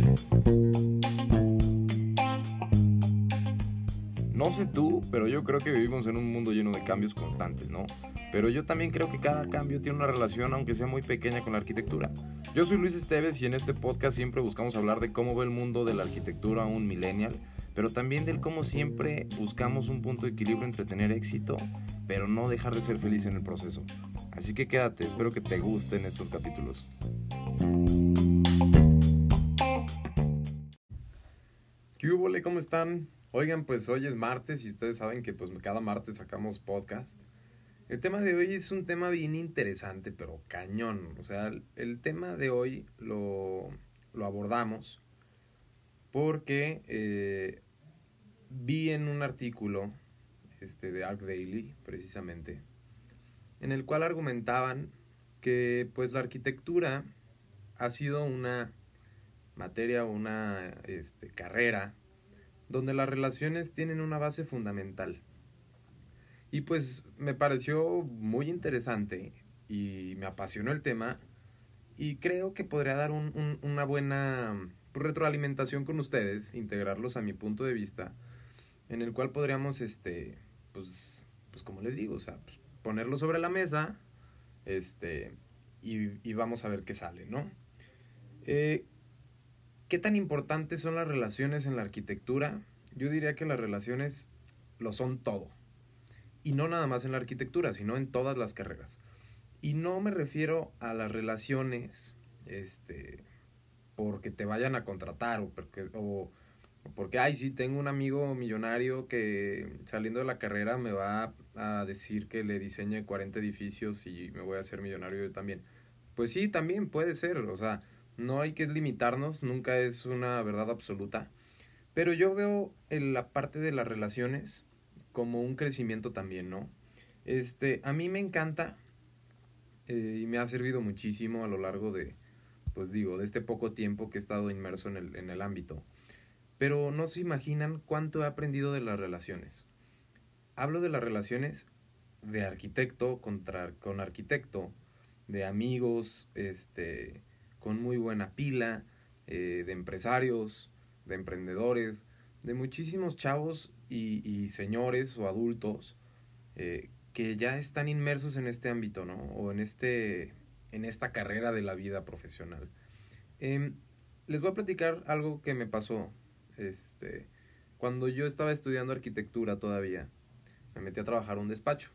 No sé tú, pero yo creo que vivimos en un mundo lleno de cambios constantes, ¿no? Pero yo también creo que cada cambio tiene una relación, aunque sea muy pequeña, con la arquitectura. Yo soy Luis Esteves y en este podcast siempre buscamos hablar de cómo ve el mundo de la arquitectura un millennial, pero también del cómo siempre buscamos un punto de equilibrio entre tener éxito, pero no dejar de ser feliz en el proceso. Así que quédate, espero que te gusten estos capítulos. ¿Qué hubo, ¿Cómo están? Oigan, pues hoy es martes y ustedes saben que pues cada martes sacamos podcast. El tema de hoy es un tema bien interesante, pero cañón. O sea, el tema de hoy lo abordamos porque vi en un artículo de ArchDaily, precisamente, en el cual argumentaban que pues la arquitectura ha sido una materia o una carrera donde las relaciones tienen una base fundamental. Y pues me pareció muy interesante y me apasionó el tema y creo que podría dar una buena retroalimentación con ustedes, integrarlos a mi punto de vista, en el cual podríamos, pues como les digo, o sea, pues, ponerlo sobre la mesa y vamos a ver qué sale, ¿no? ¿Qué tan importantes son las relaciones en la arquitectura? Yo diría que las relaciones lo son todo. Y no nada más en la arquitectura, sino en todas las carreras. Y no me refiero a las relaciones porque te vayan a contratar o porque, ay, sí, tengo un amigo millonario que saliendo de la carrera me va a decir que le diseñe 40 edificios y me voy a hacer millonario yo también. Pues sí, también puede ser, o sea, no hay que limitarnos, nunca es una verdad absoluta. Pero yo veo en la parte de las relaciones como un crecimiento también, ¿no? A mí me encanta y me ha servido muchísimo a lo largo de, pues digo, de este poco tiempo que he estado inmerso en el ámbito. Pero no se imaginan cuánto he aprendido de las relaciones. Hablo de las relaciones de arquitecto con arquitecto, de amigos, con muy buena pila, de empresarios, de emprendedores, de muchísimos chavos y señores o adultos que ya están inmersos en este ámbito, ¿no? O en esta carrera de la vida profesional. Les voy a platicar algo que me pasó cuando yo estaba estudiando arquitectura todavía. Me metí a trabajar a un despacho.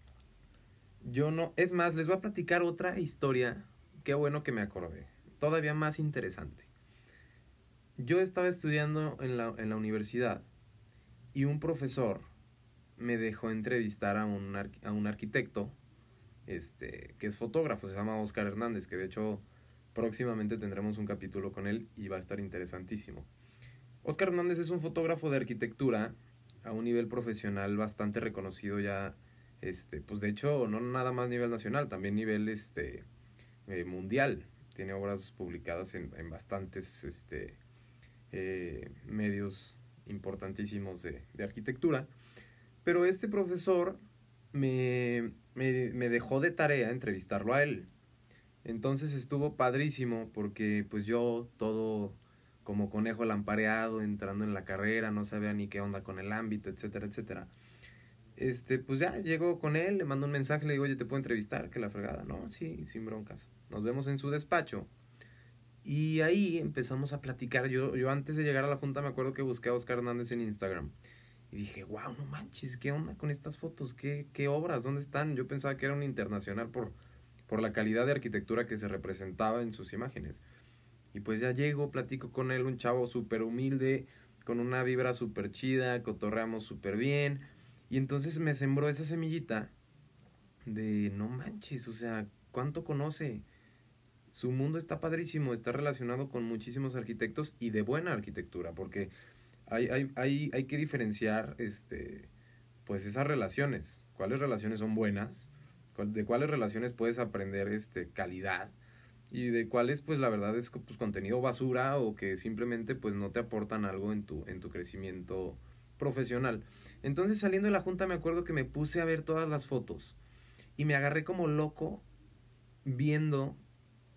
Es más, les voy a platicar otra historia. Qué bueno que me acordé. Todavía más interesante. Yo estaba estudiando en la universidad y un profesor me dejó entrevistar a un arquitecto que es fotógrafo, se llama Oscar Hernández, que de hecho próximamente tendremos un capítulo con él y va a estar interesantísimo. Oscar Hernández es un fotógrafo de arquitectura a un nivel profesional bastante reconocido ya, pues de hecho no nada más a nivel nacional, también nivel mundial. Tiene obras publicadas en bastantes medios importantísimos de arquitectura. Pero este profesor me dejó de tarea entrevistarlo a él. Entonces estuvo padrísimo porque pues yo todo como conejo lampareado entrando en la carrera, no sabía ni qué onda con el ámbito, etcétera, etcétera. Pues ya llego con él, le mando un mensaje, le digo, oye, ¿te puedo entrevistar? Que la fregada. No, sí, sin broncas. Nos vemos en su despacho. Y ahí empezamos a platicar. Yo antes de llegar a la junta me acuerdo que busqué a Oscar Hernández en Instagram. Y dije, wow, no manches, ¿qué onda con estas fotos? ¿Qué obras? ¿Dónde están? Yo pensaba que era un internacional por la calidad de arquitectura que se representaba en sus imágenes. Y pues ya llego, platico con él, un chavo súper humilde, con una vibra súper chida, cotorreamos súper bien. Y entonces me sembró esa semillita de, no manches, o sea, ¿cuánto conoce? Su mundo está padrísimo, está relacionado con muchísimos arquitectos y de buena arquitectura, porque hay que diferenciar pues esas relaciones. ¿Cuáles relaciones son buenas? ¿De cuáles relaciones puedes aprender calidad? Y de cuáles pues la verdad es pues contenido basura o que simplemente pues no te aportan algo en tu crecimiento profesional. Entonces saliendo de la junta me acuerdo que me puse a ver todas las fotos y me agarré como loco viendo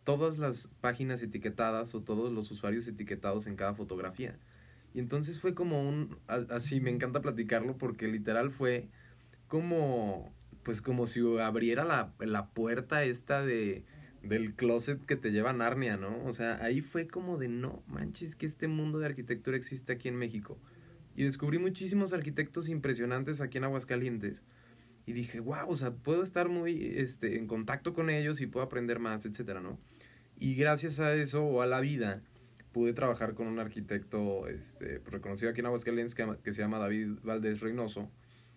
todas las páginas etiquetadas o todos los usuarios etiquetados en cada fotografía. Y entonces fue como así me encanta platicarlo porque literal fue como, pues como si abriera la puerta esta del closet que te lleva a Narnia, ¿no? O sea, ahí fue como de no manches que este mundo de arquitectura existe aquí en México. Y descubrí muchísimos arquitectos impresionantes aquí en Aguascalientes. Y dije, wow, o sea, puedo estar muy en contacto con ellos y puedo aprender más, etcétera, ¿no? Y gracias a eso o a la vida pude trabajar con un arquitecto reconocido aquí en Aguascalientes que se llama David Valdés Reynoso.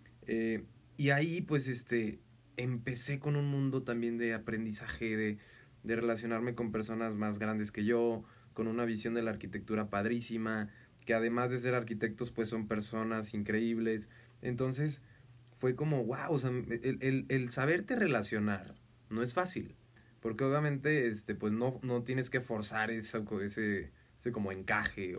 Y ahí pues empecé con un mundo también de aprendizaje, de relacionarme con personas más grandes que yo, con una visión de la arquitectura padrísima, que además de ser arquitectos pues son personas increíbles. Entonces fue como wow, o sea, el saberte relacionar no es fácil, porque obviamente pues no tienes que forzar ese como encaje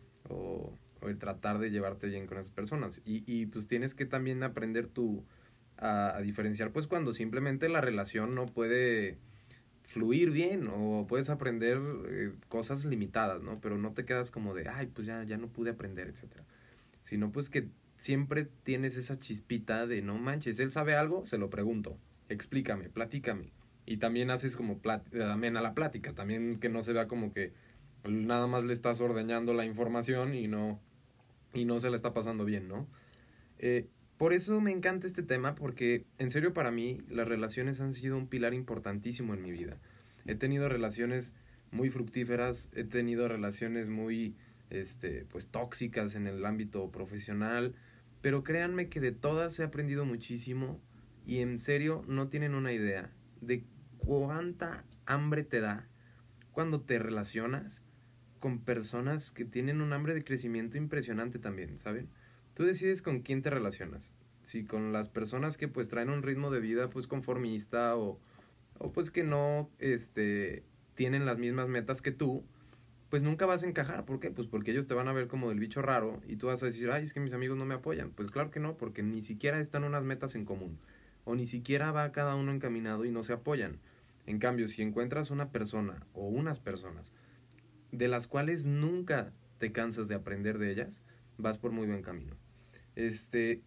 o el tratar de llevarte bien con esas personas. Y pues tienes que también aprender a diferenciar pues cuando simplemente la relación no puede fluir bien o puedes aprender cosas limitadas, ¿no? Pero no te quedas como de, ay, pues ya no pude aprender, etcétera. Sino pues que siempre tienes esa chispita de, no manches, él sabe algo, se lo pregunto, explícame, platícame. Y también haces como amena la plática, también que no se vea como que nada más le estás ordeñando la información y no se la está pasando bien, ¿no? Por eso me encanta este tema, porque en serio para mí las relaciones han sido un pilar importantísimo en mi vida. He tenido relaciones muy fructíferas, he tenido relaciones muy pues tóxicas en el ámbito profesional, pero créanme que de todas he aprendido muchísimo y en serio no tienen una idea de cuánta hambre te da cuando te relacionas con personas que tienen un hambre de crecimiento impresionante también, ¿saben? Tú decides con quién te relacionas. Si con las personas que pues traen un ritmo de vida pues conformista o pues que no tienen las mismas metas que tú, pues nunca vas a encajar. ¿Por qué? Pues porque ellos te van a ver como el bicho raro y tú vas a decir, ay, es que mis amigos no me apoyan. Pues claro que no, porque ni siquiera están unas metas en común o ni siquiera va cada uno encaminado y no se apoyan. En cambio, si encuentras una persona o unas personas de las cuales nunca te cansas de aprender de ellas, vas por muy buen camino. Este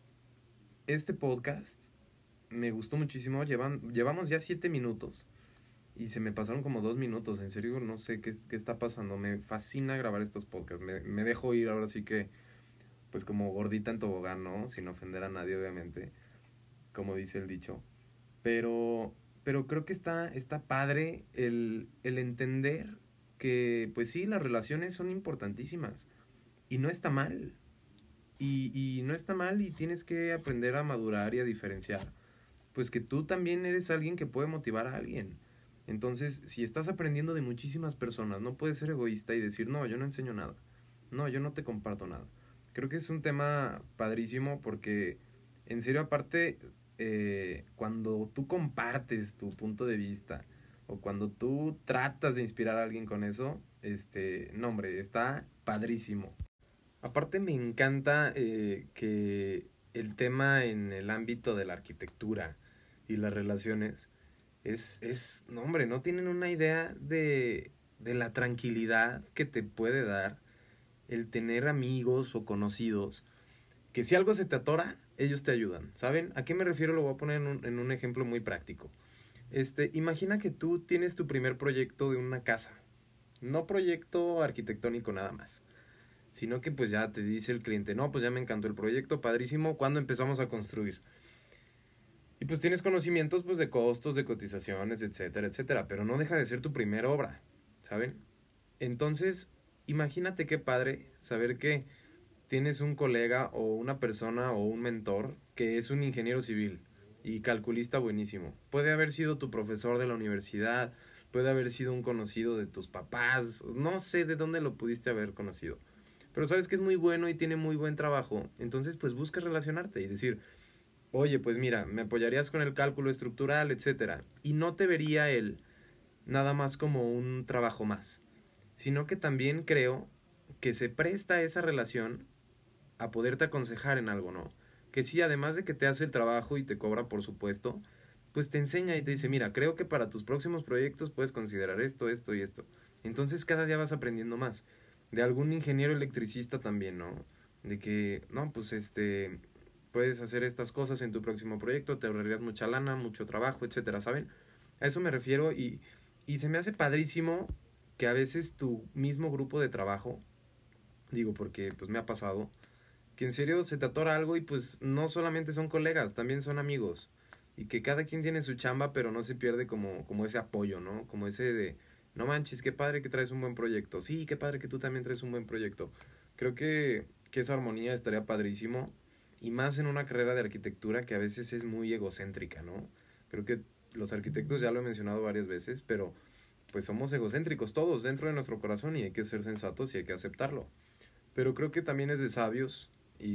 podcast me gustó muchísimo. Llevamos ya 7 minutos y se me pasaron como 2 minutos. En serio, no sé qué está pasando. Me fascina grabar estos podcasts. Me dejo ir ahora sí que, pues como gordita en tobogán, ¿no? Sin ofender a nadie, obviamente, como dice el dicho. Pero creo que está padre el entender que, pues sí, las relaciones son importantísimas. Y no está mal. Y no está mal y tienes que aprender a madurar y a diferenciar. Pues que tú también eres alguien que puede motivar a alguien. Entonces, si estás aprendiendo de muchísimas personas, no puedes ser egoísta y decir, no, yo no enseño nada. No, yo no te comparto nada. Creo que es un tema padrísimo porque, en serio, aparte, cuando tú compartes tu punto de vista o cuando tú tratas de inspirar a alguien con eso, no, hombre, está padrísimo. Aparte me encanta que el tema en el ámbito de la arquitectura y las relaciones no hombre, no tienen una idea de la tranquilidad que te puede dar el tener amigos o conocidos que si algo se te atora, ellos te ayudan, ¿saben? ¿A qué me refiero? Lo voy a poner en un ejemplo muy práctico. Imagina que tú tienes tu primer proyecto de una casa, no proyecto arquitectónico nada más, sino que pues ya te dice el cliente, no, pues ya me encantó el proyecto, padrísimo, ¿cuándo empezamos a construir? Y pues tienes conocimientos pues de costos, de cotizaciones, etcétera, etcétera, pero no deja de ser tu primera obra, ¿saben? Entonces, imagínate qué padre saber que tienes un colega o una persona o un mentor que es un ingeniero civil y calculista buenísimo. Puede haber sido tu profesor de la universidad, puede haber sido un conocido de tus papás, no sé de dónde lo pudiste haber conocido. Pero sabes que es muy bueno y tiene muy buen trabajo, entonces pues buscas relacionarte y decir, oye, pues mira, me apoyarías con el cálculo estructural, etcétera. Y no te vería él nada más como un trabajo más, sino que también creo que se presta esa relación a poderte aconsejar en algo, ¿no? Que sí, además de que te hace el trabajo y te cobra, por supuesto, pues te enseña y te dice, mira, creo que para tus próximos proyectos puedes considerar esto, esto y esto. Entonces cada día vas aprendiendo más. De algún ingeniero electricista también, ¿no? De que, no, pues puedes hacer estas cosas en tu próximo proyecto, te ahorrarías mucha lana, mucho trabajo, etcétera, ¿saben? A eso me refiero y se me hace padrísimo que a veces tu mismo grupo de trabajo, digo porque pues me ha pasado, que en serio se te atora algo y pues no solamente son colegas, también son amigos. Y que cada quien tiene su chamba, pero no se pierde como ese apoyo, ¿no? Como ese de, no manches, qué padre que traes un buen proyecto. Sí, qué padre que tú también traes un buen proyecto. Creo que esa armonía estaría padrísimo. Y más en una carrera de arquitectura que a veces es muy egocéntrica, ¿no? Creo que los arquitectos, ya lo he mencionado varias veces, pero pues somos egocéntricos todos dentro de nuestro corazón y hay que ser sensatos y hay que aceptarlo. Pero creo que también es de sabios y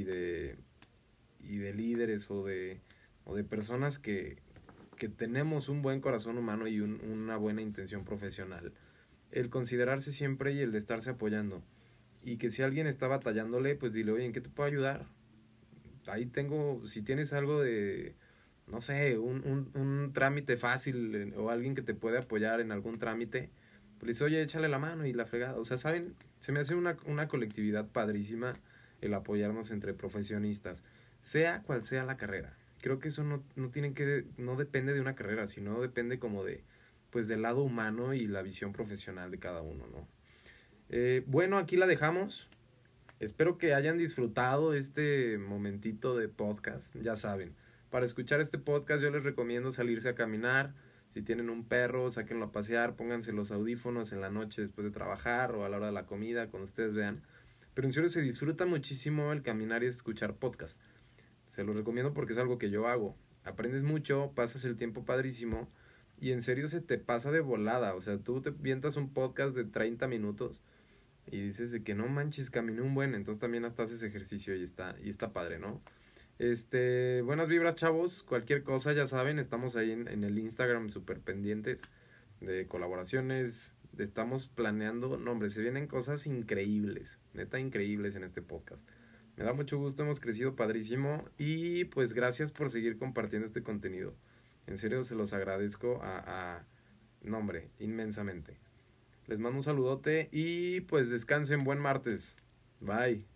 de líderes o de personas que tenemos un buen corazón humano y una buena intención profesional. El considerarse siempre y el estarse apoyando. Y que si alguien está batallándole, pues dile, oye, ¿en qué te puedo ayudar? Ahí tengo, si tienes algo de, no sé, un trámite fácil o alguien que te puede apoyar en algún trámite, pues le dice, oye, échale la mano y la fregada. O sea, ¿saben? Se me hace una colectividad padrísima el apoyarnos entre profesionistas, sea cual sea la carrera. Creo que eso no depende de una carrera, sino depende como pues del lado humano y la visión profesional de cada uno, ¿no? Bueno, aquí la dejamos. Espero que hayan disfrutado este momentito de podcast. Ya saben, para escuchar este podcast yo les recomiendo salirse a caminar. Si tienen un perro, sáquenlo a pasear, pónganse los audífonos en la noche después de trabajar o a la hora de la comida, cuando ustedes vean. Pero en serio se disfruta muchísimo el caminar y escuchar podcast. Se los recomiendo porque es algo que yo hago. Aprendes mucho, pasas el tiempo padrísimo y en serio se te pasa de volada. O sea, tú te vientas un podcast de 30 minutos y dices de que no manches, caminé un buen, entonces también hasta haces ejercicio y está padre, ¿no? Buenas vibras, chavos. Cualquier cosa, ya saben, estamos ahí en el Instagram súper pendientes de colaboraciones. Estamos planeando, no hombre, se vienen cosas increíbles, neta increíbles en este podcast. Me da mucho gusto, hemos crecido padrísimo y pues gracias por seguir compartiendo este contenido. En serio, se los agradezco no hombre, inmensamente. Les mando un saludote y pues descansen, buen martes. Bye.